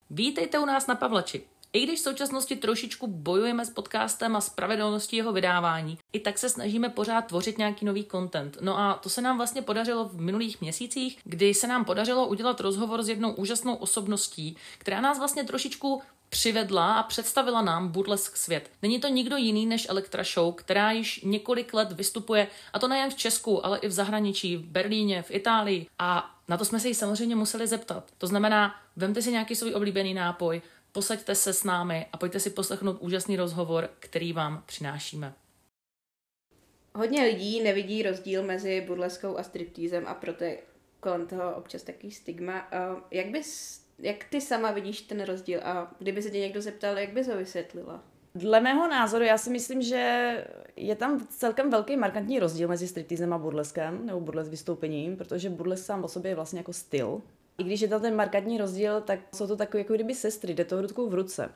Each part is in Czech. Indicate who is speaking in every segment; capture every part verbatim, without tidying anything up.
Speaker 1: Vítejte u nás na Pavlači. I když v současnosti trošičku bojujeme s podcastem a s pravidelností jeho vydávání, i tak se snažíme pořád tvořit nějaký nový content. No a to se nám vlastně podařilo v minulých měsících, kdy se nám podařilo udělat rozhovor s jednou úžasnou osobností, která nás vlastně trošičku přivedla a představila nám burlesk svět. Není to nikdo jiný než Elektra Show, která již několik let vystupuje, a to nejen v Česku, ale i v zahraničí, v Berlíně, v Itálii. A na to jsme se jí samozřejmě museli zeptat. To znamená, vemte si nějaký svůj oblíbený nápoj, posaďte se s námi a pojďte si poslechnout úžasný rozhovor, který vám přinášíme.
Speaker 2: Hodně lidí nevidí rozdíl mezi burleskou a striptýzem a proto je kolem toho občas takový stigma. Jak bys, jak ty sama vidíš ten rozdíl a kdyby se tě někdo zeptal, jak bys ho vysvětlila?
Speaker 3: Dle mého názoru, já si myslím, že je tam celkem velký markantní rozdíl mezi striptýzem a burleskem, nebo burlesk vystoupením, protože burlesk sám o sobě je vlastně jako styl. I když je tam ten markantní rozdíl, tak jsou to takové jako kdyby sestry, jde to rukou v ruce.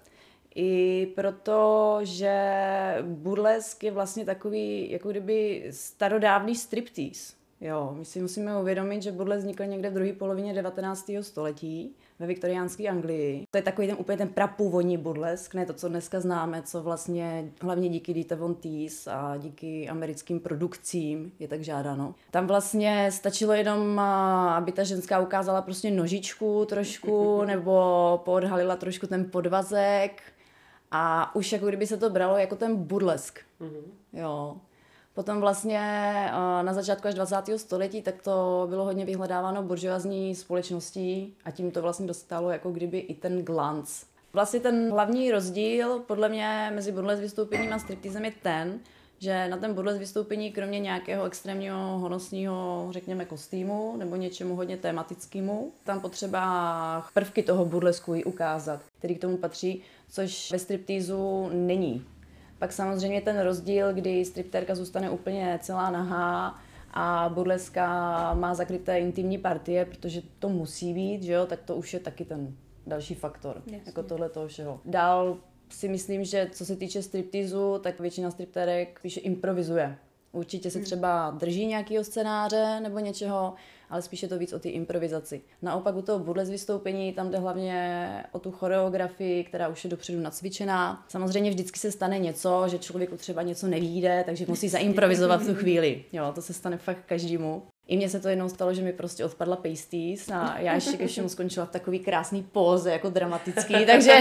Speaker 3: I proto, že burlesk je vlastně takový jako kdyby starodávný striptease. Jo, my si musíme uvědomit, že burlesk vznikl někde v druhé polovině devatenáctého století ve viktoriánské Anglii. To je takový ten úplně ten prapůvodní burlesk, ne to, co dneska známe, co vlastně hlavně díky Dita Von Teese a díky americkým produkcím je tak žádáno. Tam vlastně stačilo jenom, aby ta ženská ukázala prostě nožičku trošku nebo poodhalila trošku ten podvazek a už jako kdyby se to bralo jako ten burlesk. Jo. Potom vlastně na začátku až dvacátého století tak to bylo hodně vyhledáváno buržoazní společností a tím to vlastně dostalo jako kdyby i ten glanc. Vlastně ten hlavní rozdíl podle mě mezi burlesk vystoupením a striptýzem je ten, že na ten burlesk vystoupení kromě nějakého extrémního honosného, řekněme, kostýmu nebo něčemu hodně tematickému, tam potřeba prvky toho burlesku i ukázat, který k tomu patří, což ve striptýzu není. Pak samozřejmě ten rozdíl, kdy striptérka zůstane úplně celá nahá a burleska má zakryté intimní partie, protože to musí být, že jo, tak to už je taky ten další faktor, Jasně. jako tohle toho všeho. Dál si myslím, že co se týče striptizu, tak většina striptérek spíše improvizuje. Určitě se třeba drží nějakého scénáře nebo něčeho, ale spíše to víc o té improvizaci. Naopak u toho burlesk vystoupení tam jde hlavně o tu choreografii, která už je dopředu nacvičená. Samozřejmě vždycky se stane něco, že člověku třeba něco nevyjde, takže musí zaimprovizovat v tu chvíli. Jo, to se stane fakt každému. I mně se to jednou stalo, že mi prostě odpadla pasties a já ještě ke všemu skončila v takový krásný póze, jako dramatický, takže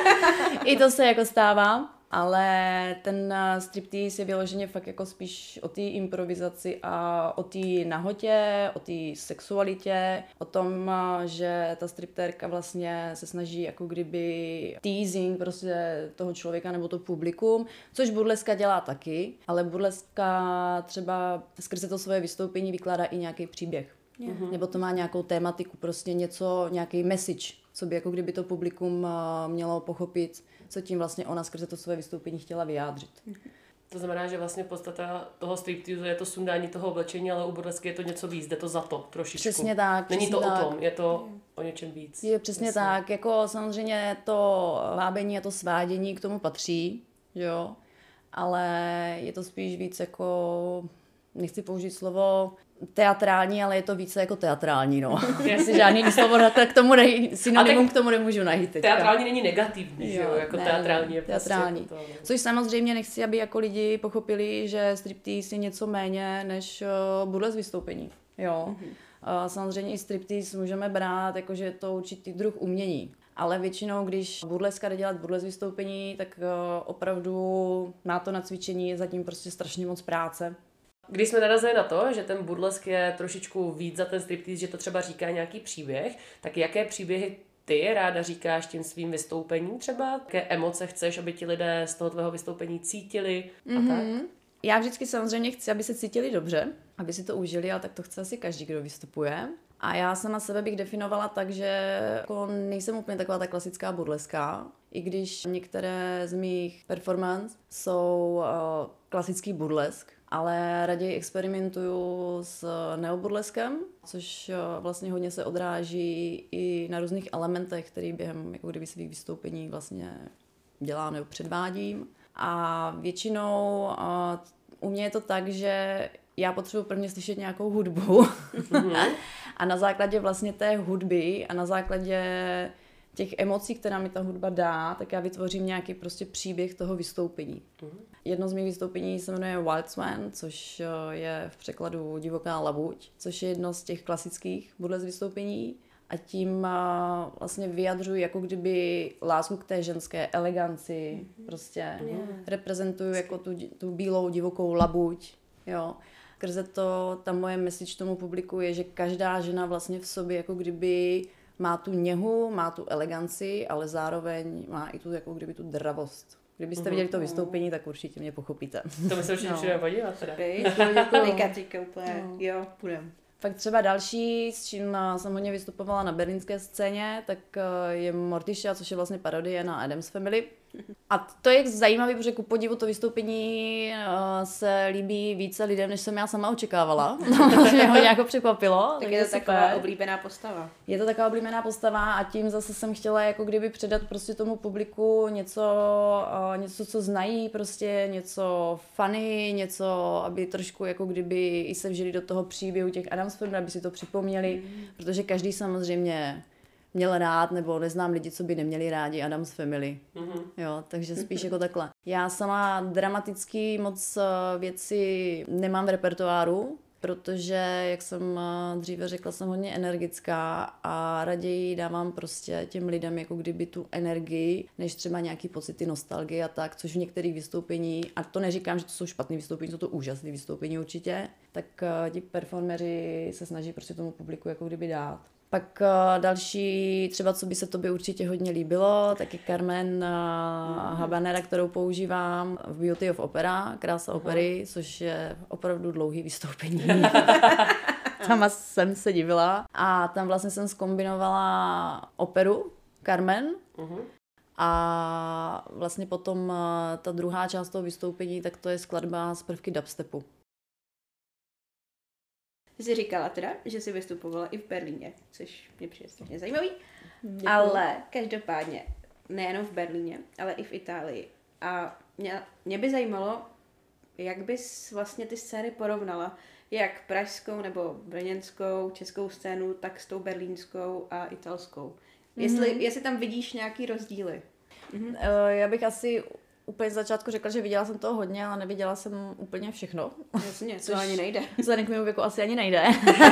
Speaker 3: i to se jako stává. Ale ten striptease je vyloženě fakt jako spíš o té improvizaci a o té nahotě, o té sexualitě, o tom, že ta striptérka vlastně se snaží jako kdyby teasing prostě toho člověka nebo to publikum, což burleska dělá taky, ale burleska třeba skrze to svoje vystoupení vykládá i nějaký příběh. Mm-hmm. Nebo to má nějakou tématiku, prostě něco, nějaký message, co by jako kdyby to publikum mělo pochopit, co tím vlastně ona skrze to své vystoupení chtěla vyjádřit.
Speaker 4: To znamená, že vlastně podstata toho striptease je to sundání toho oblečení, ale u burlesky je to něco víc, jde to za to trošičku.
Speaker 3: Přesně tak.
Speaker 4: Není
Speaker 3: přesně
Speaker 4: to
Speaker 3: tak.
Speaker 4: o tom, je to o něčem víc.
Speaker 3: Je přesně Jasně. tak, jako samozřejmě to vábení a to svádění k tomu patří, jo, ale je to spíš víc jako, nechci použít slovo teatrální, ale je to více jako teatrální, no. Já si žádný slovo k tomu nej, synonymum k tomu nemůžu najít teďka.
Speaker 4: Teatrální není negativní, jo, že jo, jako ne, teatrální je
Speaker 3: teatrální.
Speaker 4: Prostě jako to,
Speaker 3: Což samozřejmě nechci, aby jako lidi pochopili, že striptease je něco méně než uh, burlesk vystoupení, jo. Mm-hmm. Uh, samozřejmě i striptease můžeme brát, jakože je to určitý druh umění. Ale většinou, když burleska jde dělat burlesk vystoupení, tak uh, opravdu má to na cvičení, je zatím prostě strašně moc práce.
Speaker 4: Když jsme narazili na to, že ten burlesk je trošičku víc za ten striptease, že to třeba říká nějaký příběh, tak jaké příběhy ty ráda říkáš tím svým vystoupením třeba? Jaké emoce chceš, aby ti lidé z toho tvého vystoupení cítili a mm-hmm. tak?
Speaker 3: Já vždycky samozřejmě chci, aby se cítili dobře, aby si to užili, ale tak to chce asi každý, kdo vystupuje. A já sama sebe bych definovala tak, že jako nejsem úplně taková ta klasická burleska, i když některé z mých performance jsou uh, klasický burlesk, ale raději experimentuju s neoburleskem, což vlastně hodně se odráží i na různých elementech, který během jako kdyby svých vystoupení vlastně dělám nebo předvádím. A většinou uh, u mě je to tak, že já potřebuji prvně slyšet nějakou hudbu a na základě vlastně té hudby a na základě těch emocí, která mi ta hudba dá, tak já vytvořím nějaký prostě příběh toho vystoupení. Mm. Jedno z mých vystoupení se jmenuje Wild Swan, což je v překladu Divoká labuť, což je jedno z těch klasických Burlesque vystoupení. A tím vlastně vyjadřuji jako kdyby lásku k té ženské eleganci, mm-hmm. prostě yeah. reprezentuju jako tu, tu bílou divokou labuť, jo. Skrze to, ta moje message tomu publiku je, že každá žena vlastně v sobě jako kdyby má tu něhu, má tu eleganci, ale zároveň má i tu jako kdyby tu dravost. Kdybyste mm-hmm. viděli to vystoupení, tak určitě mě pochopíte.
Speaker 4: To my se určitě přijdeme no. podívat teda.
Speaker 2: Teďka úplně, no. jo, půjdem.
Speaker 3: Pak třeba další, s čím jsem hodně vystupovala na berlínské scéně, tak je Morticia, což je vlastně parodie na Addams Family. A to je zajímavé, protože ku podivu to vystoupení se líbí více lidem, než jsem já sama očekávala. Mě ho nějak překvapilo.
Speaker 2: Tak je to super. Taková oblíbená postava.
Speaker 3: Je to taková oblíbená postava a tím zase jsem chtěla jako kdyby předat prostě tomu publiku něco, něco, co znají, prostě něco funny, něco, aby trošku jako kdyby i se vžili do toho příběhu těch Addams Family, aby si to připomněli, mm. protože každý samozřejmě měl rád, nebo neznám lidi, co by neměli rádi Addams Family. Mm-hmm. Jo, takže spíš jako takhle. Já sama dramaticky moc věci nemám v repertoáru, protože, jak jsem dříve řekla, jsem hodně energická a raději dávám prostě těm lidem jako kdyby tu energii, než třeba nějaký pocity nostalgie a tak, což v některých vystoupení, a to neříkám, že to jsou špatné vystoupení, jsou to úžasné vystoupení určitě, tak ti performeři se snaží prostě tomu publiku jako kdyby dát. Pak uh, další, třeba co by se tobě určitě hodně líbilo, tak je Carmen uh, Habanera, kterou používám v Beauty of Opera, Krása opery, což je opravdu dlouhý vystoupení. Sama jsem se divila. A tam vlastně jsem zkombinovala operu Carmen uh-huh. a vlastně potom uh, ta druhá část toho vystoupení, tak to je skladba z prvky dubstepu.
Speaker 2: Jsi říkala teda, že jsi vystupovala i v Berlíně, což mě přijde strašně zajímavý. Děkuji. Ale každopádně, nejenom v Berlíně, ale i v Itálii. A mě, mě by zajímalo, jak bys vlastně ty scény porovnala, jak pražskou nebo brněnskou, českou scénu, tak s tou berlínskou a italskou. Mm-hmm. Jestli, jestli tam vidíš nějaký rozdíly.
Speaker 3: Mm-hmm. Uh, já bych asi úplně z začátku řekla, že viděla jsem toho hodně, ale neviděla jsem úplně všechno.
Speaker 2: Jasně, to ani nejde.
Speaker 3: Vzhledem k mému věku asi ani nejde.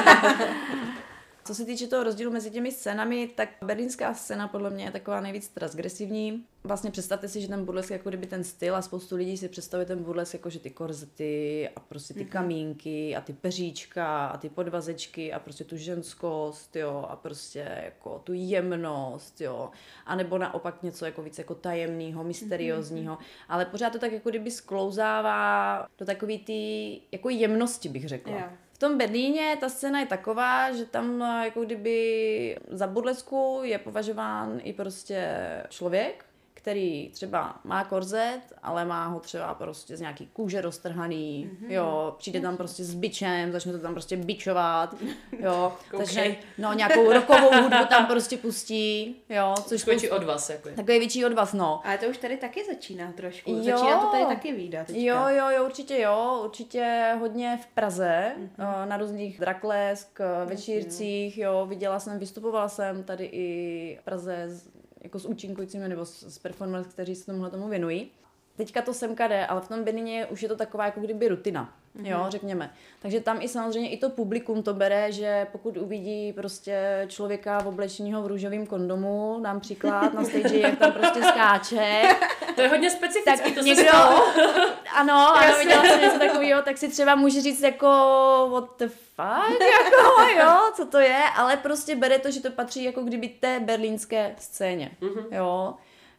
Speaker 3: Co se týče toho rozdílu mezi těmi scénami, tak berlínská scéna podle mě je taková nejvíc transgresivní. Vlastně představte si, že ten burlesk jako kdyby ten styl a spoustu lidí si představuje ten burlesk jako, že ty korzety a prostě ty kamínky a ty peříčka a ty podvazečky a prostě tu ženskost, jo, a prostě jako tu jemnost, jo. A nebo naopak něco jako víc jako tajemného, mysteriózního, mm-hmm. ale pořád to tak jako kdyby sklouzává do takový ty jako jemnosti, bych řekla. Yeah. V tom Berlíně ta scéna je taková, že tam jako kdyby za burlesku je považován i prostě člověk, který třeba má korzet, ale má ho třeba prostě z nějaký kůže roztrhaný, mm-hmm. jo, přijde tam prostě s bičem, začne to tam prostě bičovat, jo, okay. takže no nějakou rockovou hudbu tam prostě pustí, jo, což
Speaker 4: takový větší odvaz, jako je.
Speaker 3: Takový větší odvaz, no.
Speaker 2: Ale to už tady taky začíná trošku, jo, začíná to tady taky vídat teďka.
Speaker 3: Jo, jo, jo, určitě jo, určitě hodně v Praze, mm-hmm. na různých Draklesk, večírcích, jo, viděla jsem, vystupovala jsem tady i v Praze jako s účinkujícími nebo s, s performers, kteří se tomuhle tomu věnují. Teďka to semka jde, ale v tom Berlíně už je to taková jako kdyby rutina, mm-hmm. jo, řekněme. Takže tam i samozřejmě i to publikum to bere, že pokud uvidí prostě člověka v oblečeného v růžovém kondomu, dám příklad na stage, jak tam prostě skáče.
Speaker 4: To je hodně specifický, tak to
Speaker 3: někdo,
Speaker 4: se stalo.
Speaker 3: Ano, ano, viděla jsem něco takového, tak si třeba může říct jako what the fuck, jako jo, co to je, ale prostě bere to, že to patří jako kdyby té berlínské scéně, mm-hmm. jo.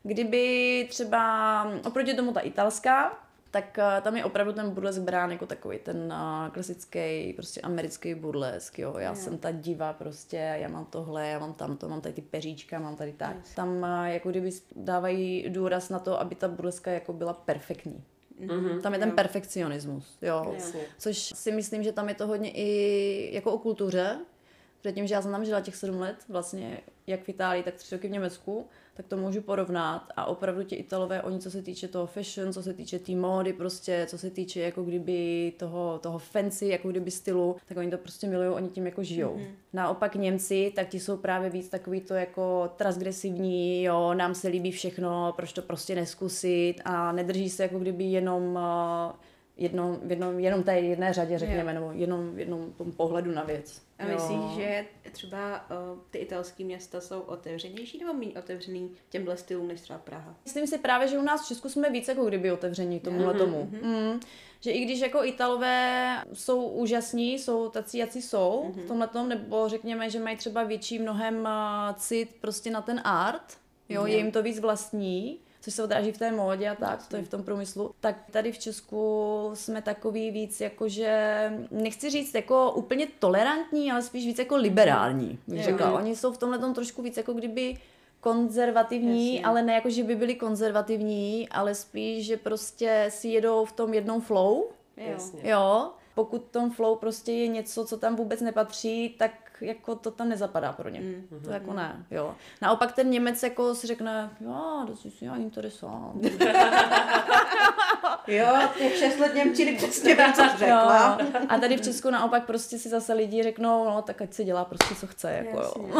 Speaker 3: Kdyby třeba oproti tomu ta italská, tak uh, tam je opravdu ten burlesk brán jako takový ten uh, klasický prostě americký burlesk, jo. Já yeah. jsem ta diva prostě, já mám tohle, já mám tamto, mám tady ty peříčka, mám tady tak. Yes. Tam uh, jako kdyby dávají důraz na to, aby ta burleska jako byla perfektní. Mm-hmm. Tam je ten perfekcionismus, jo. Yes. Což si myslím, že tam je to hodně i jako o kultuře. Předtím, že já jsem tam žila těch sedm let, vlastně jak v Itálii, tak tři roky v Německu, tak to můžu porovnat a opravdu ti Italové, oni co se týče toho fashion, co se týče té tý módy prostě, co se týče jako kdyby toho, toho fancy, jako kdyby stylu, tak oni to prostě milují, oni tím jako žijou. Mm-hmm. Naopak Němci, tak ti jsou právě víc takový to jako transgresivní, jo, nám se líbí všechno, proč to prostě neskusit a nedrží se jako kdyby jenom jednom, jednom, jenom té jedné řadě, řekněme, jo. nebo jenom v jednom pohledu na věc.
Speaker 2: A myslíš, že třeba uh, ty italské města jsou otevřenější nebo méně otevřený těmhle stylům než třeba Praha?
Speaker 3: Myslím si právě, že u nás v Česku jsme víc jako kdyby otevření tomuhle tomu. Mm-hmm. Mm, že i když jako Italové jsou úžasní, jsou tací, jací jsou mm-hmm. v tomhletom, nebo řekněme, že mají třeba větší mnohem uh, cit prostě na ten art, jo, mm-hmm. je jim to víc vlastní, což se odráží v té módě a tak, to je v tom průmyslu. Tak tady v Česku jsme takový víc jakože, nechci říct jako úplně tolerantní, ale spíš víc jako liberální, bych řekla. Oni jsou v tomhletom trošku víc jako kdyby konzervativní, Jasně. ale ne jako, že by byli konzervativní, ale spíš, že prostě si jedou v tom jednom flow.
Speaker 2: Jasně.
Speaker 3: Jo. Pokud tom flow prostě je něco, co tam vůbec nepatří, tak jako to tam nezapadá pro ně. Mm. To jako ne, jo. Naopak ten Němec jako si řekne, jo, to si já interesant.
Speaker 2: Jo, těch šest let Němčiny přesně vím, co řekla.
Speaker 3: Jo. A tady v Česku naopak prostě si zase lidi řeknou, no tak ať si dělá prostě, co chce, jako jo.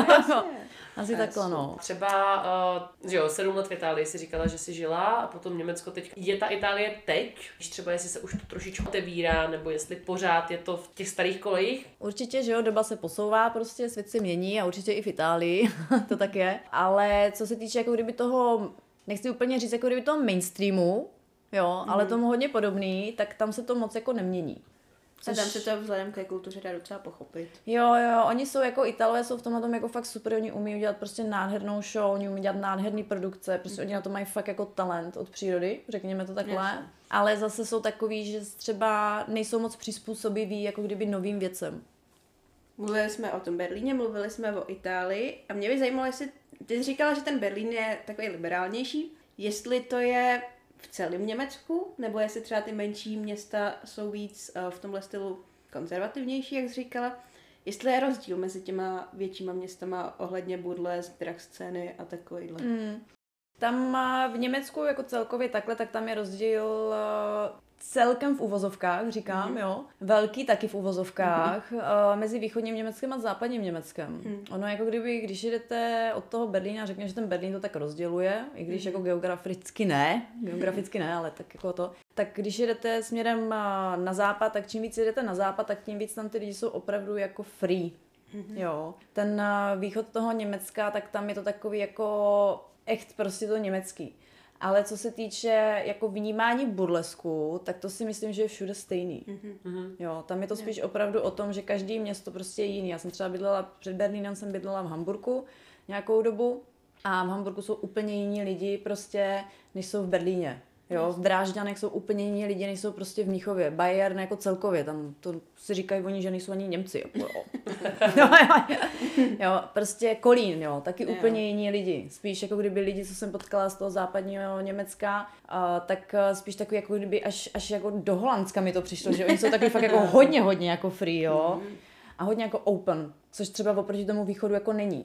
Speaker 3: Asi takhle, no.
Speaker 4: Třeba, uh, že jo, sedm let v Itálii si říkala, že jsi žila a potom Německo teď. Je ta Itálie teď? Víš třeba, jestli se už to trošičku otevírá, nebo jestli pořád je to v těch starých kolejích?
Speaker 3: Určitě, že jo, doba se posouvá, prostě svět se mění a určitě i v Itálii to tak je. Ale co se týče jako kdyby toho, nechci úplně říct jako kdyby toho mainstreamu, jo, mm. ale tomu hodně podobný, tak tam se to moc jako nemění.
Speaker 2: Což... A tam se to vzhledem ke kultuře dá docela pochopit.
Speaker 3: Jo, jo, oni jsou jako Italové, jsou v tomhle tom jako fakt super, oni umí udělat prostě nádhernou show, oni umí dělat nádherný produkce, prostě mm. oni na to mají fakt jako talent od přírody, řekněme to takhle. Yes. Ale zase jsou takový, že třeba nejsou moc přizpůsobiví jako kdyby novým věcem.
Speaker 2: Mluvili jsme o tom Berlíně, mluvili jsme o Itálii a mě by zajímalo, jestli ty jsi říkala, že ten Berlín je takový liberálnější, jestli to je v celém Německu, nebo jestli třeba ty menší města jsou víc uh, v tomhle stylu konzervativnější, jak jsi říkala. Jestli je rozdíl mezi těma většíma městama ohledně burlesk, drag scény a takovýhle. Mm.
Speaker 3: Tam v Německu jako celkově takhle, tak tam je rozdíl uh, celkem v uvozovkách, říkám, mm. jo. Velký taky v uvozovkách, mm. uh, mezi východním Německem a západním Německem. Mm. Ono jako kdyby, když jdete od toho Berlína, řekněme, že ten Berlín to tak rozděluje, i když mm. jako geograficky ne, geograficky ne, ale tak jako to. Tak když jedete směrem na západ, tak čím víc jedete na západ, tak tím víc tam ty lidi jsou opravdu jako free. Mm. Jo. Ten východ toho Německa, tak tam je to takový jako echt prostě to německý. Ale co se týče jako vnímání burlesku, tak to si myslím, že je všude stejný. Mm-hmm. Jo, tam je to spíš opravdu o tom, že každý město prostě je jiný. Já jsem třeba bydlela, před Berlínem jsem bydlela v Hamburku nějakou dobu a v Hamburku jsou úplně jiní lidi prostě, než jsou v Berlíně. Jo, v Drážďanech jsou úplně jiní lidi, než jsou prostě v Mnichově. Bayern jako celkově, tam to si říkají oni, že nejsou ani Němci. Jako, jo. jo, jo, jo, prostě Kolín, jo, taky jo. Úplně jiní lidi. Spíš jako kdyby lidi, co jsem potkala z toho západního Německa, uh, tak uh, spíš takový jako kdyby až, až jako do Holandska mi to přišlo, že oni jsou takový fakt jako hodně, hodně jako free, jo. A hodně jako open, což třeba oproti tomu východu jako není.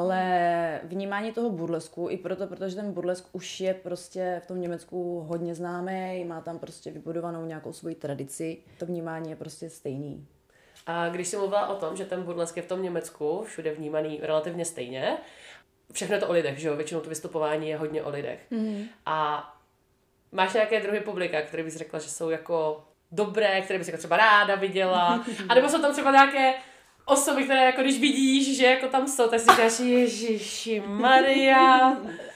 Speaker 3: Ale vnímání toho burlesku, i proto, protože ten burlesk už je prostě v tom Německu hodně známý, má tam prostě vybudovanou nějakou svoji tradici, to vnímání je prostě stejný.
Speaker 4: A když jsi mluvila o tom, že ten burlesk je v tom Německu všude vnímaný relativně stejně, všechno je to o lidech, že jo? Většinou to vystupování je hodně o lidech. Mm. A máš nějaké druhy publika, které bys řekla, že jsou jako dobré, které bys jako třeba ráda viděla, a nebo jsou tam třeba nějaké osoby, které jako když vidíš, že jako tam jsou, tak si říkáš, Ježiši Maria.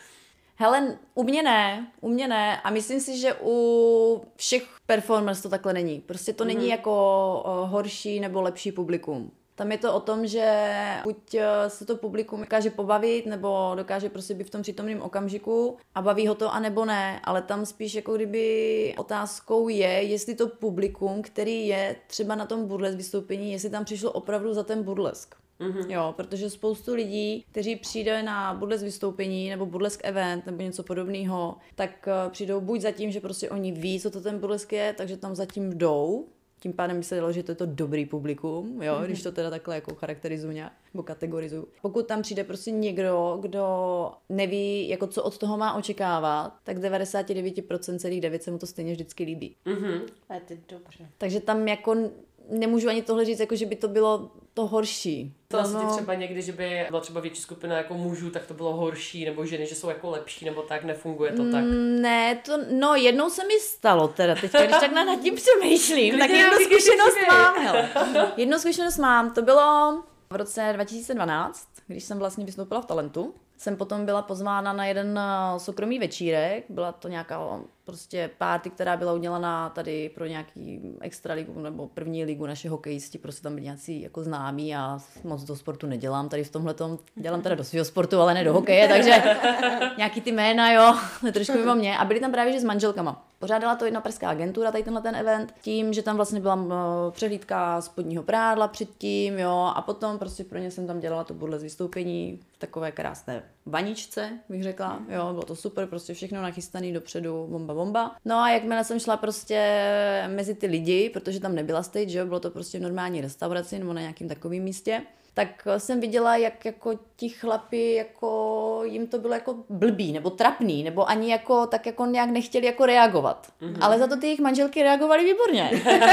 Speaker 3: Hele, u mě ne, u mě ne a myslím si, že u všech performers to takhle není. Prostě to mm-hmm. není jako uh, horší nebo lepší publikum. Tam je to o tom, že buď se to publikum dokáže pobavit, nebo dokáže prostě být v tom přítomném okamžiku a baví ho to, anebo ne. Ale tam spíš jako kdyby otázkou je, jestli to publikum, který je třeba na tom burlesk vystoupení, jestli tam přišlo opravdu za ten burlesk. Mm-hmm. Jo, protože spoustu lidí, kteří přijde na burlesk vystoupení nebo burlesk event nebo něco podobného, tak přijdou buď za tím, že prostě oni ví, co to ten burlesk je, takže tam zatím jdou, tím pádem by se dalo, že to je to dobrý publikum, jo, když to teda takhle jako charakterizuju nějak, nebo kategorizuju. Pokud tam přijde prostě někdo, kdo neví, jako co od toho má očekávat, tak devadesát devět procent celých devět se mu to stejně vždycky líbí.
Speaker 4: Mm-hmm.
Speaker 2: Ale ty dobře.
Speaker 3: Takže tam jako nemůžu ani tohle říct, jako že by to bylo to horší.
Speaker 4: To asi
Speaker 3: no,
Speaker 4: třeba někdy, že by byla třeba větší skupina jako mužů, tak to bylo horší, nebo ženy, že jsou jako lepší, nebo tak, nefunguje to tak.
Speaker 3: Mm, ne, to, no jednou se mi stalo teda, teďka, když tak nad tím přemýšlím, tak jednu zkušenost mám, hele. Jednu zkušenost mám, to bylo v roce dva tisíce dvanáct, když jsem vlastně vystoupila v Talentu. Jsem potom byla pozvána na jeden soukromý večírek, byla to nějaká prostě party, která byla udělaná tady pro nějaký extraligu nebo první ligu naše hokejisti, prostě tam byli nějací jako známí a moc do sportu nedělám, tady v tomhletom dělám teda do svého sportu, ale ne do hokeje, takže nějaký ty jména, jo, trošku mimo mě a byli tam právě že s manželkama. Pořádala to jedna pražská agentura, tady tenhle ten event, tím, že tam vlastně byla uh, přehlídka spodního prádla předtím, jo, a potom prostě pro ně jsem tam dělala to burles vystoupení v takové krásné vaničce, bych řekla, jo, bylo to super, prostě všechno nachystané dopředu, bomba, bomba. No a jakmile jsem šla prostě mezi ty lidi, protože tam nebyla stage, jo, bylo to prostě v normální restauraci nebo na nějakým takovým místě, tak jsem viděla, jak jako ti chlapi, jako jim to bylo jako blbý, nebo trapný, nebo ani jako, tak jako nějak nechtěli jako reagovat. Mm-hmm. Ale za to ty jejich manželky reagovaly výborně.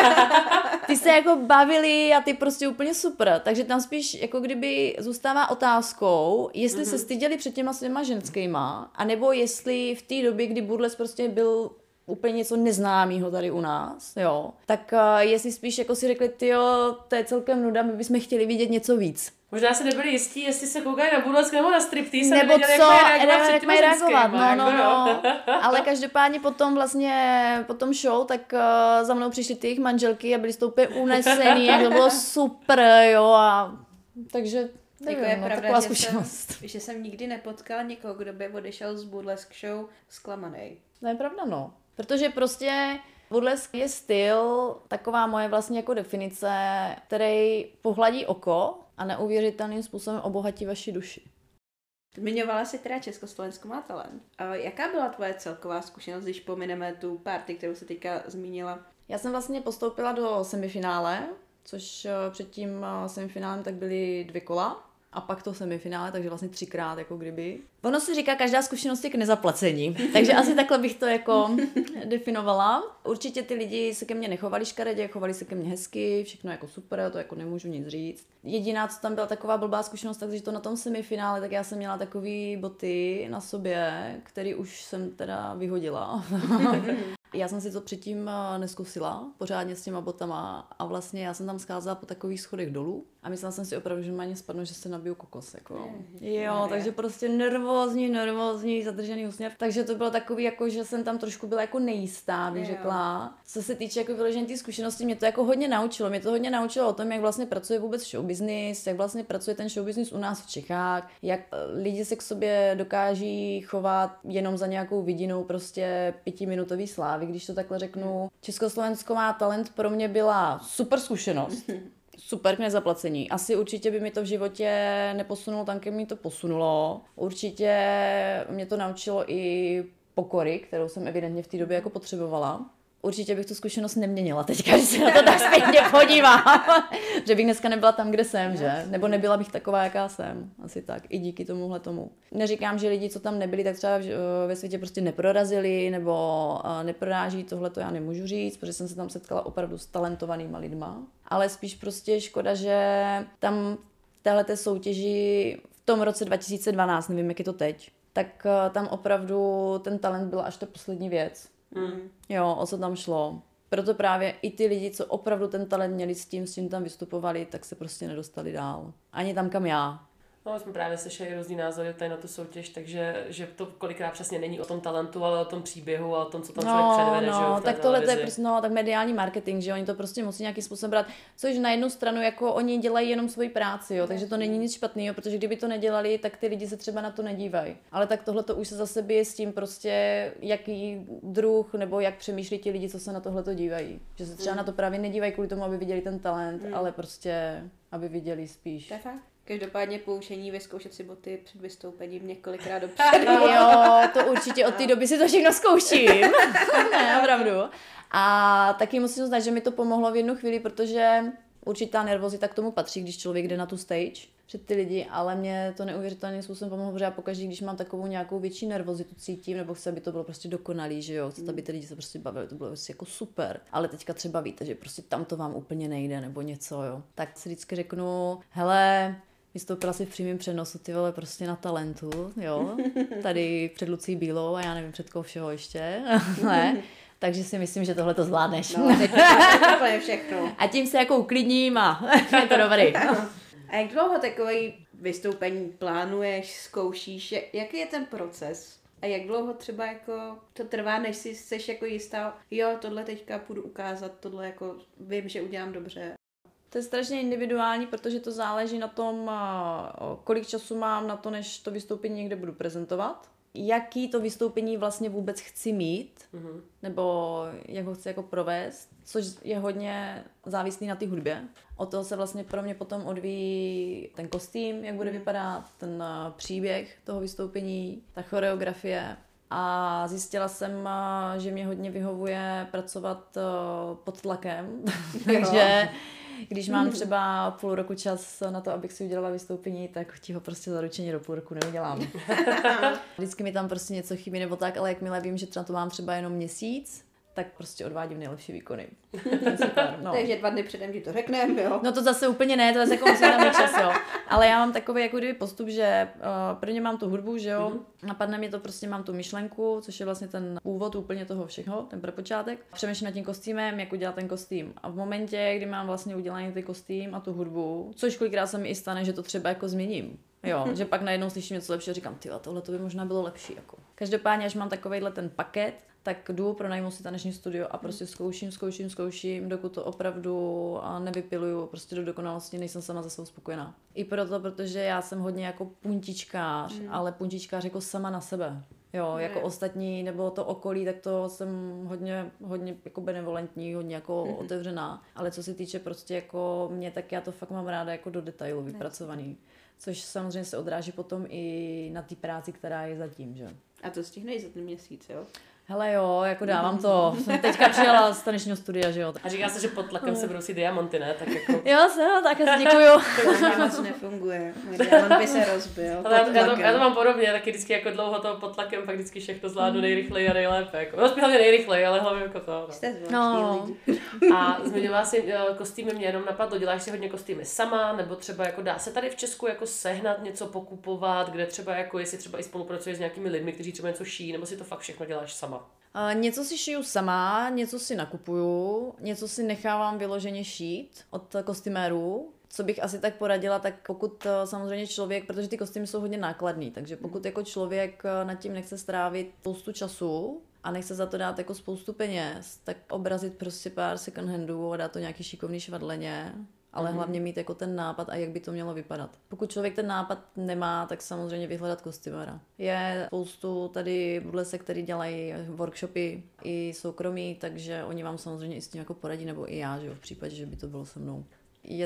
Speaker 3: Ty se jako bavili a ty prostě úplně super. Takže tam spíš jako kdyby zůstává otázkou, jestli mm-hmm. se styděli před těma svýma ženskýma, anebo jestli v té době, kdy burles prostě byl úplně něco neznámého tady u nás, jo, tak uh, jestli spíš jako si řekli, tyjo, to je celkem nuda, my bychom chtěli vidět něco víc.
Speaker 4: Možná se nebyli jistí, jestli se koukají na burlesk nebo na striptease,
Speaker 3: nebo
Speaker 4: nevěděli,
Speaker 3: co,
Speaker 4: jak mají reagovat,
Speaker 3: reagovat, no, no, no. Ale každopádně potom vlastně, po tom show, tak uh, za mnou přišly ty jejich manželky a byly to úplně unesený, jak to bylo super, jo, a takže
Speaker 2: Jako je
Speaker 3: no,
Speaker 2: pravda, že
Speaker 3: zkušenost.
Speaker 2: jsem, že jsem nikdy nepotkala někoho, kdo by odešel z burlesk show zklamanej.
Speaker 3: To je pravda, no. Protože prostě burlesk je styl, taková moje vlastně jako definice, který pohladí oko a neuvěřitelným způsobem obohatí vaši duši.
Speaker 2: Zmiňovala jsi teda Československo má talent. A jaká byla tvoje celková zkušenost, když pomineme tu party, kterou se teďka zmínila?
Speaker 3: Já jsem vlastně postoupila do semifinále, což před tím semifinálem tak byly dvě kola. A pak to semifinále, takže vlastně třikrát, jako kdyby. Ono se říká, každá zkušenost je k nezaplacení. Takže asi takhle bych to jako definovala. Určitě ty lidi se ke mně nechovali škaredě, chovali se ke mně hezky, všechno jako super, to jako nemůžu nic říct. Jediná, co tam byla taková blbá zkušenost, takže to na tom semifinále, tak já jsem měla takový boty na sobě, který už jsem teda vyhodila. Já jsem si to předtím neskusila pořádně s těma botama a vlastně já jsem tam scházela po takových schodech dolů a myslela jsem si opravdu, že mě spadnu, že se nabiju kokos. Jako. Jo, takže prostě nervózní, nervózní, zadržený úsměv. Takže to bylo takový, jako, že jsem tam trošku byla jako nejistá, bych řekla. Co se týče jako vyložení té zkušenosti, mě to jako hodně naučilo. Mě to hodně naučilo o tom, jak vlastně pracuje vůbec show business, jak vlastně pracuje ten show business u nás v Čechách, jak lidi se k sobě dokáží chovat jenom za nějakou vidinou prostě pětiminutový slávy, když to takhle řeknu. Československo má talent pro mě byla super zkušenost. Super k nezaplacení. Asi určitě by mi to v životě neposunulo tam, jak mi to posunulo. Určitě mě to naučilo i pokory, kterou jsem evidentně v té době jako potřebovala. Určitě bych tu zkušenost neměnila teďka, když se na to tak zpětně podívám. Že bych dneska nebyla tam, kde jsem, že? Nebo nebyla bych taková, jaká jsem. Asi tak. I díky tomuhle tomu. Neříkám, že lidi, co tam nebyli, tak třeba ve světě prostě neprorazili nebo neproráží. Tohle to já nemůžu říct, protože jsem se tam setkala opravdu s talentovanýma lidma. Ale spíš prostě škoda, že tam v téhleté soutěži v tom roce dva tisíce dvanáct, nevím, jak je to teď, tak tam opravdu ten talent byl až ta poslední věc. Mm. Jo, o co tam šlo. Proto právě i ty lidi, co opravdu ten talent měli s tím, s tím tam vystupovali, tak se prostě nedostali dál. Ani tam, kam já.
Speaker 4: No, jsme právě slyšeli různý názory tady na tu soutěž, takže že to kolikrát přesně není o tom talentu, ale o tom příběhu a o tom, co tam člověk
Speaker 3: no,
Speaker 4: předvede,
Speaker 3: no,
Speaker 4: že jo, v té
Speaker 3: tak tohle to je
Speaker 4: televizi.
Speaker 3: prostě, no, tak mediální marketing, že oni to prostě musí nějakým způsobem brát, což na jednu stranu jako oni dělají jenom svoji práci, jo, takže to není nic špatného, protože kdyby to nedělali, tak ty lidi se třeba na to nedívají. Ale tak tohle to už se zase bije s tím prostě, jaký druh nebo jak přemýšlí ti lidi, co se na tohle to dívají. Že se třeba mm. na to právě nedívají kvůli tomu, aby viděli ten talent, mm. ale prostě aby viděli spíš.
Speaker 2: To je fakt. Každopádně poučení vyzkoušet si boty před vystoupením několikrát dopředu.
Speaker 3: Jo, to určitě od té doby si to všechno zkouším. Ne, opravdu. A taky musím uznat, že mi to pomohlo v jednu chvíli, protože určitá nervozita k tomu patří, když člověk jde na tu stage před ty lidi, ale mě to neuvěřitelným způsobem pomohlo, protože já pokaždé, když mám takovou nějakou větší nervozitu cítím, nebo chci, aby to bylo prostě dokonalý, že jo, chci, aby ty lidi se prostě bavili, to bylo prostě jako super, ale teďka třeba víte, že prostě tam to vám úplně nejde, nebo něco, jo, tak si vždycky řeknu, hele, vystoupila si v přímém přenosu, ty vole, prostě na Talentu, jo, tady před Lucí Bílou a já nevím před koho všeho ještě, ne. Takže si myslím, že tohle to zvládneš.
Speaker 2: No, teď to je všechno.
Speaker 3: A tím se jako uklidním a je to dobrý.
Speaker 2: A jak dlouho takový vystoupení plánuješ, zkoušíš, jaký je ten proces? A jak dlouho třeba jako to trvá, než si seš jako jistá, jo, tohle teďka půjdu ukázat, tohle jako vím, že udělám dobře.
Speaker 3: To je strašně individuální, protože to záleží na tom, kolik času mám na to, než to vystoupení někde budu prezentovat. Jaký to vystoupení vlastně vůbec chci mít, mm-hmm. nebo jak ho chci jako provést, což je hodně závislý na té hudbě. Od toho se vlastně pro mě potom odvíjí ten kostým, jak bude vypadat, ten příběh toho vystoupení, ta choreografie. A zjistila jsem, že mě hodně vyhovuje pracovat pod tlakem, takže když mám třeba půl roku čas na to, abych si udělala vystoupení, tak ti ho prostě zaručeně do půl roku neudělám. Vždycky mi tam prostě něco chybí nebo tak, ale jakmile vím, že na to mám třeba jenom měsíc, tak prostě odvádím nejlepší výkony. Super, no.
Speaker 2: Takže dva dny předem ti to řekneme, jo?
Speaker 3: No to zase úplně ne, to zase jako musím tam čas, jo. Ale já mám takový jako kdyby postup, že uh, prvně mám tu hudbu, že jo, mm-hmm. napadne mě to prostě, mám tu myšlenku, což je vlastně ten úvod úplně toho všeho, ten propočátek. Přemýšlím nad tím kostýmem, jak udělat ten kostým. A v momentě, kdy mám vlastně udělaný ten kostým a tu hudbu, což kolikrát se mi i stane, že to třeba jako změním. Jo, že pak najednou slyším něco lepšího a říkám, tyjo, tohle to by možná bylo lepší. Jako. Každopádně, až mám takovejhle ten paket, tak jdu, pronajmu si taneční studio a prostě zkouším, zkouším, zkouším, dokud to opravdu nevypiluju prostě do dokonalosti, nejsem sama za sebou spokojená. I proto, protože já jsem hodně jako puntičkář, mm. ale puntičkář jako sama na sebe. Jo, jako mm. ostatní, nebo to okolí, tak to jsem hodně, hodně jako benevolentní, hodně jako mm. otevřená. Ale co se týče prostě jako mě, tak já to fakt mám ráda jako do detailu vypracovaný. Což samozřejmě se odráží potom i na té práci, která je zatím, že?
Speaker 2: A to stihneš za ten měsíc, jo?
Speaker 3: Hele jo, jako dávám to. Jsem teďka přijela z tanečního studia, že jo.
Speaker 4: A říká se, že pod tlakem se brousí diamanty, ne? Tak jako...
Speaker 3: Jo, se, no, tak děkuju.
Speaker 2: To moc nefunguje. Můj diamant by se rozbil.
Speaker 4: Ale já, já, to, já to mám podobně, taky vždycky jako dlouho to pod tlakem, pak vždycky všechno zvládnu nejrychleji a nejlépe. Jako. No hlavně nejrychleji, ale hlavně jako to. No.
Speaker 2: Jste no.
Speaker 4: A zmiňovala si kostýmy, mě jenom napadlo, děláš si hodně kostýmy sama, nebo třeba jako dá se tady v Česku jako sehnat něco, pokupovat, kde třeba jako jestli třeba i spolupracuješ s nějakými lidmi, kteří třeba něco šijí, nebo si to fakt všechno děláš sama?
Speaker 3: Uh, něco si šiju sama, něco si nakupuju, něco si nechávám vyloženě šít od kostymérů. Co bych asi tak poradila, tak pokud samozřejmě člověk, protože ty kostýmy jsou hodně nákladný, takže pokud jako člověk nad tím nechce strávit spoustu času a nechce za to dát jako spoustu peněz, tak obrazit prostě pár second handů a dát to nějaký šikovný švadleně. Ale mm. hlavně mít jako ten nápad a jak by to mělo vypadat. Pokud člověk ten nápad nemá, tak samozřejmě vyhledat kostymera. Je spoustu tady burlesek, který dělají workshopy i soukromí, takže oni vám samozřejmě i s tím jako poradí, nebo i já, že jo, v případě, že by to bylo se mnou. Je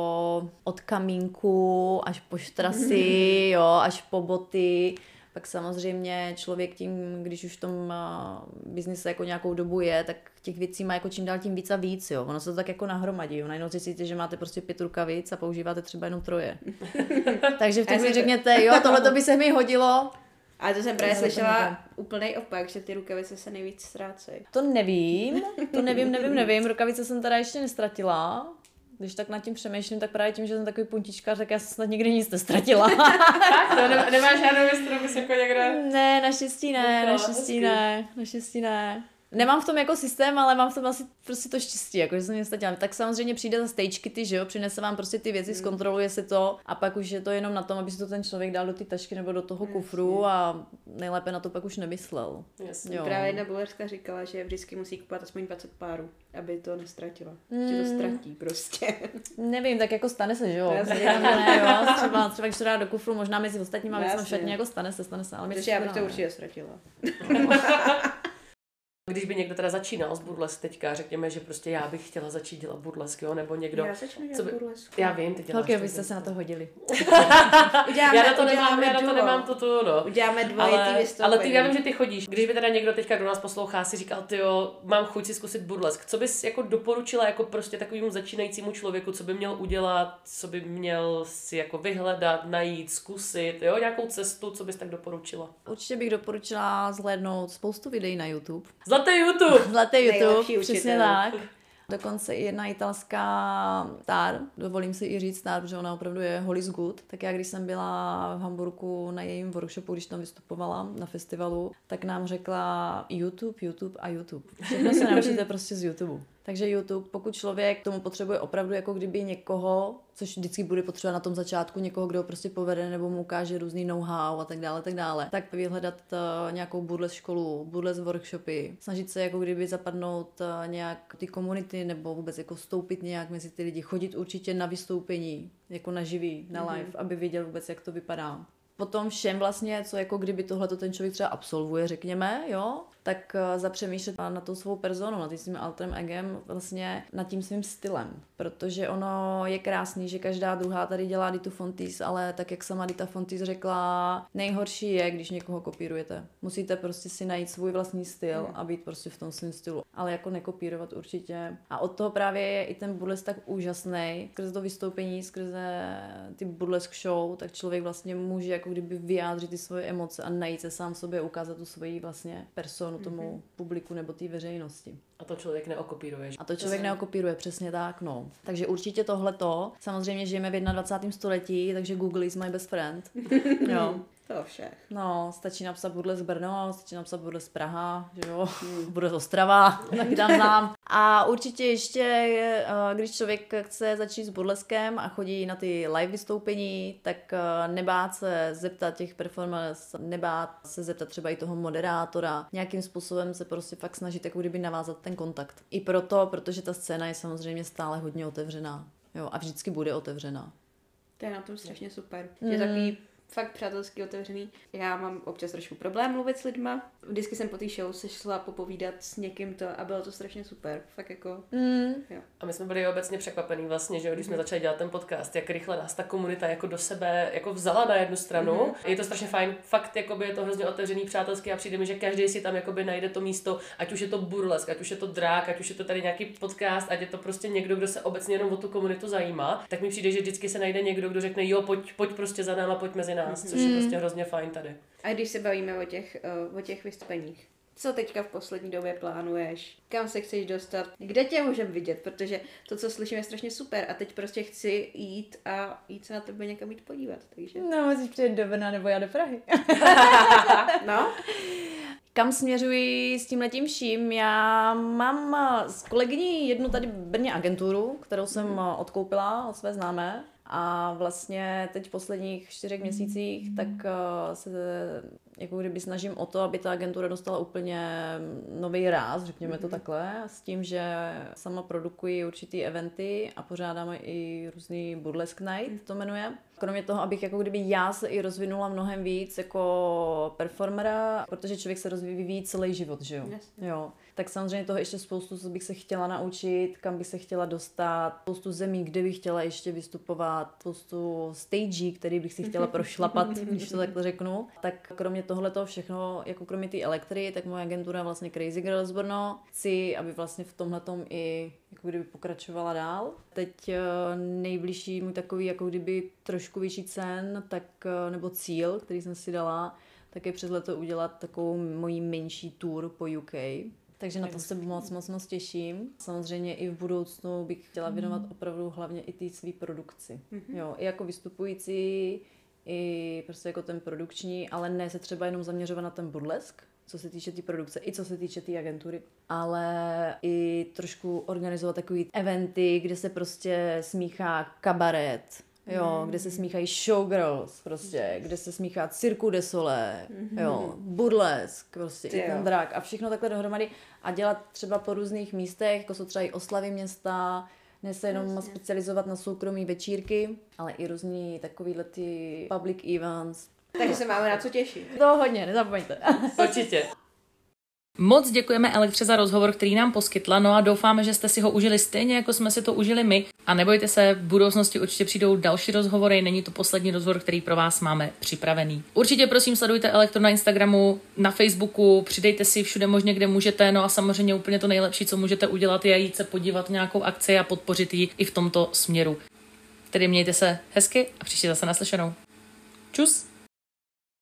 Speaker 3: to od kamínku až po štrasy, jo, až po boty. Pak samozřejmě člověk tím, když už v tom uh, biznise jako nějakou dobu je, tak těch věcí má jako čím dál tím víc a víc, jo. Ono se to tak jako nahromadí, jo. Najednou zjistíte, že máte prostě pět rukavic a používáte třeba jenom troje. Takže v tom si řekněte, jo, tohle to by se mi hodilo.
Speaker 2: Ale to jsem právě slyšela úplnej opak, že ty rukavice se nejvíc ztrácejí.
Speaker 3: To nevím, to nevím, nevím, nevím. Rukavice jsem teda ještě nestratila. Když tak nad tím přemýšlím, tak právě tím, že jsem takový puntičkář, tak já jsem snad nikdy nic nestratila.
Speaker 4: Tak to ne, nemáš žádnou věc, kterou bys jako někde...
Speaker 3: Ne, naštěstí ne, naštěstí ne, naštěstí ne. Nemám v tom jako systém, ale mám v tom asi prostě to štěstí, jako, že jsem něco dělala. Tak samozřejmě přijde za stagey ty, že jo, přinese vám prostě ty věci, mm. zkontroluje si to a pak už je to jenom na tom, aby si to ten člověk dal do ty tašky nebo do toho kufru a nejlépe na to pak už nemyslel.
Speaker 2: Jasně. Jo. Právě jedna blogerska říkala, že vždycky musí kupovat aspoň dvacet párů, aby to nestratila. Mm. Že to ztratí prostě.
Speaker 3: Nevím, tak jako stane se, že jo. Ne, jo. Třeba, třeba když to dá do kufru, možná mezi ostatníma věcmi v šatně, jako stane se, stane se. Ale
Speaker 2: protože já bych to určitě ztratila.
Speaker 4: Když by někdo teda začínal s burlesk teďka, řekněme, že prostě já bych chtěla začít dělat burlesk, jo, nebo někdo...
Speaker 2: Já začnu dělat
Speaker 4: by...
Speaker 2: burlesk.
Speaker 4: Já vím, ty děláš.
Speaker 3: Holky, byste se na to hodili.
Speaker 2: Uděláme,
Speaker 4: já na to nemám, já na to
Speaker 2: duo.
Speaker 4: nemám to tu, no.
Speaker 2: Uděláme dvojitý
Speaker 4: ale,
Speaker 2: vystoupení.
Speaker 4: ale ty, já vím, že ty chodíš. Když by teda někdo teďka, kdo nás poslouchá, si říkal, ty jo, mám chuť si zkusit burlesk. Co bys jako doporučila jako prostě takovému začínajícímu člověku, co by měl udělat, co by měl si jako vyhledat, najít, zkusit, jo, nějakou cestu, co bys tak doporučila?
Speaker 3: Určitě bych doporučila zhlédnout spoustu videí na YouTube.
Speaker 4: Zlatý YouTube!
Speaker 3: Zlatý
Speaker 2: Nejlepší
Speaker 3: YouTube,
Speaker 2: učitel.
Speaker 3: přesně tak. Dokonce i jedna italská star, dovolím si i říct star, protože ona opravdu je Holly's Good. Tak já, když jsem byla v Hamburku na jejím workshopu, když tam vystupovala na festivalu, tak nám řekla YouTube, YouTube a YouTube. Všechno se naučíte prostě z YouTube. Takže YouTube, pokud člověk tomu potřebuje opravdu jako kdyby někoho, což vždycky bude potřeba na tom začátku, někoho, kdo ho prostě povede nebo mu ukáže různý know-how a tak dále, tak dále, tak vyhledat uh, nějakou burlesque školu, burlesque workshopy, snažit se jako kdyby zapadnout uh, nějak ty komunity nebo vůbec jako vstoupit nějak mezi ty lidi, chodit určitě na vystoupení, jako na živý, na live, mm-hmm. aby věděl vůbec, jak to vypadá. Potom všem vlastně, co jako kdyby tohleto ten člověk třeba absolvuje, řekněme, jo, tak uh, zapřemýšlet na tou svou personu, nad tím svým alterem egem, vlastně nad tím svým stylem. Protože ono je krásný, že každá druhá tady dělá Ditu Fontis, ale tak jak sama Dita Fontis řekla, nejhorší je, když někoho kopírujete. Musíte prostě si najít svůj vlastní styl a být prostě v tom svém stylu. Ale jako nekopírovat určitě. A od toho právě je i ten burlesk tak úžasný. Skrze to vystoupení, skrze ty burlesk show, tak člověk vlastně může jako kdyby vyjádřit ty svoje emoce a najít se sám sobě, ukázat tu svoji vlastně personu tomu mm-hmm. publiku nebo té veřejnosti.
Speaker 4: A to člověk neokopíruje.
Speaker 3: A to člověk neokopíruje, přesně tak, no. Takže určitě tohleto. Samozřejmě žijeme v dvacátém prvním století, takže Google is my best friend. Jo.
Speaker 2: To vše.
Speaker 3: No, stačí napsat burlesk Brno, stačí napsat burlesk Praha, že jo, burlesk Ostrava, taky tam znám. A určitě ještě, když člověk chce začít s burleskem a chodí na ty live vystoupení, tak nebát se zeptat těch performers, nebát se zeptat třeba i toho moderátora. Nějakým způsobem se prostě fakt snažit jako kdyby navázat ten kontakt. I proto, protože ta scéna je samozřejmě stále hodně otevřená. Jo, a vždycky bude otevřená.
Speaker 2: To je na tom strašně super. Mm. Je takový fakt přátelský, otevřený. Já mám občas trošku problém mluvit s lidma. Vždycky jsem po té show se šla popovídat s někým to a bylo to strašně super. Fakt jako,
Speaker 3: mm.
Speaker 2: jo.
Speaker 4: A my jsme byli obecně překvapení vlastně, že když jsme začali dělat ten podcast, jak rychle nás ta komunita jako do sebe jako vzala na jednu stranu. Mm-hmm. Je to strašně fajn. Fakt jakoby je to hrozně otevřený, přátelský a přijde mi, že každý si tam jakoby najde to místo, ať už je to burlesk, ať už je to drák, ať už je to tady nějaký podcast, ať je to prostě někdo, kdo se obecně jenom o tu komunitu zajímá, tak mi přijde, že vždycky se najde někdo, kdo řekne, jo, pojď, pojď prostě za náma, pojď mezi nás, což je prostě hrozně fajn tady.
Speaker 2: A když se bavíme o těch, uh, o těch vystoupeních, co teďka v poslední době plánuješ? Kam se chceš dostat? Kde tě můžeme vidět? Protože to, co slyším, je strašně super a teď prostě chci jít a jít se na tebe někam jít podívat, takže...
Speaker 3: No, musíš přijet do Brna nebo já do Prahy.
Speaker 2: No?
Speaker 3: Kam směřuji s tímhletím vším? Já mám s kolegyní jednu tady v Brně agenturu, kterou jsem odkoupila od své známé. A vlastně teď v posledních čtyřech měsících tak se jako kdyby snažím o to, aby ta agentura dostala úplně nový ráz, řekněme to takhle, s tím, že sama produkuji určitý eventy a pořádáme i různý burlesque night, to jmenuje. Kromě toho, abych jako kdyby já se i rozvinula mnohem víc jako performera, protože člověk se rozvíjí celý život, že jo? Jo. Tak samozřejmě toho ještě spoustu, co bych se chtěla naučit, kam bych se chtěla dostat, spoustu zemí, kde bych chtěla ještě vystupovat, spoustu stagí, který bych si chtěla prošlapat, když to takhle řeknu. Tak kromě tohle toho všechno, jako kromě té elektry, tak moje agentura vlastně Crazy Girls Brno. Chci, aby vlastně v tomhletom i jako kdyby pokračovala dál. Teď nejbližší můj takový jako kdyby trošku vyšší cen, tak, nebo cíl, který jsem si dala, tak je přes leto udělat takovou moji menší tour po U K. Takže na to se moc, moc, moc těším. Samozřejmě i v budoucnu bych chtěla věnovat opravdu hlavně i té své produkci. Mm-hmm. Jo, i jako vystupující, i prostě jako ten produkční, ale ne se třeba jenom zaměřovat na ten burlesk, co se týče té tý produkce, i co se týče té tý agentury, ale i trošku organizovat takový eventy, kde se prostě smíchá kabaret, jo, mm. kde se smíchají showgirls, prostě, kde se smíchá Cirque du Soleil, mm-hmm. jo, burlesk, prostě, Ty i ten drak a všechno takhle dohromady a dělat třeba po různých místech, jako jsou třeba i oslavy města, ne se jenom Jasně. specializovat na soukromí večírky, ale i různý takovýhle ty public events.
Speaker 2: Takže se máme na co těšit.
Speaker 3: To hodně, nezapomeňte.
Speaker 4: Určitě.
Speaker 1: Moc děkujeme Elektře za rozhovor, který nám poskytla, no a doufáme, že jste si ho užili stejně, jako jsme si to užili my. A nebojte se, v budoucnosti určitě přijdou další rozhovory, není to poslední rozhovor, který pro vás máme připravený. Určitě prosím sledujte Elektro na Instagramu, na Facebooku, přidejte si všude možně, kde můžete, no a samozřejmě úplně to nejlepší, co můžete udělat, je jít se podívat nějakou akci a podpořit ji i v tomto směru. Tedy mějte se hezky a příště zase naslyšenou. Čus!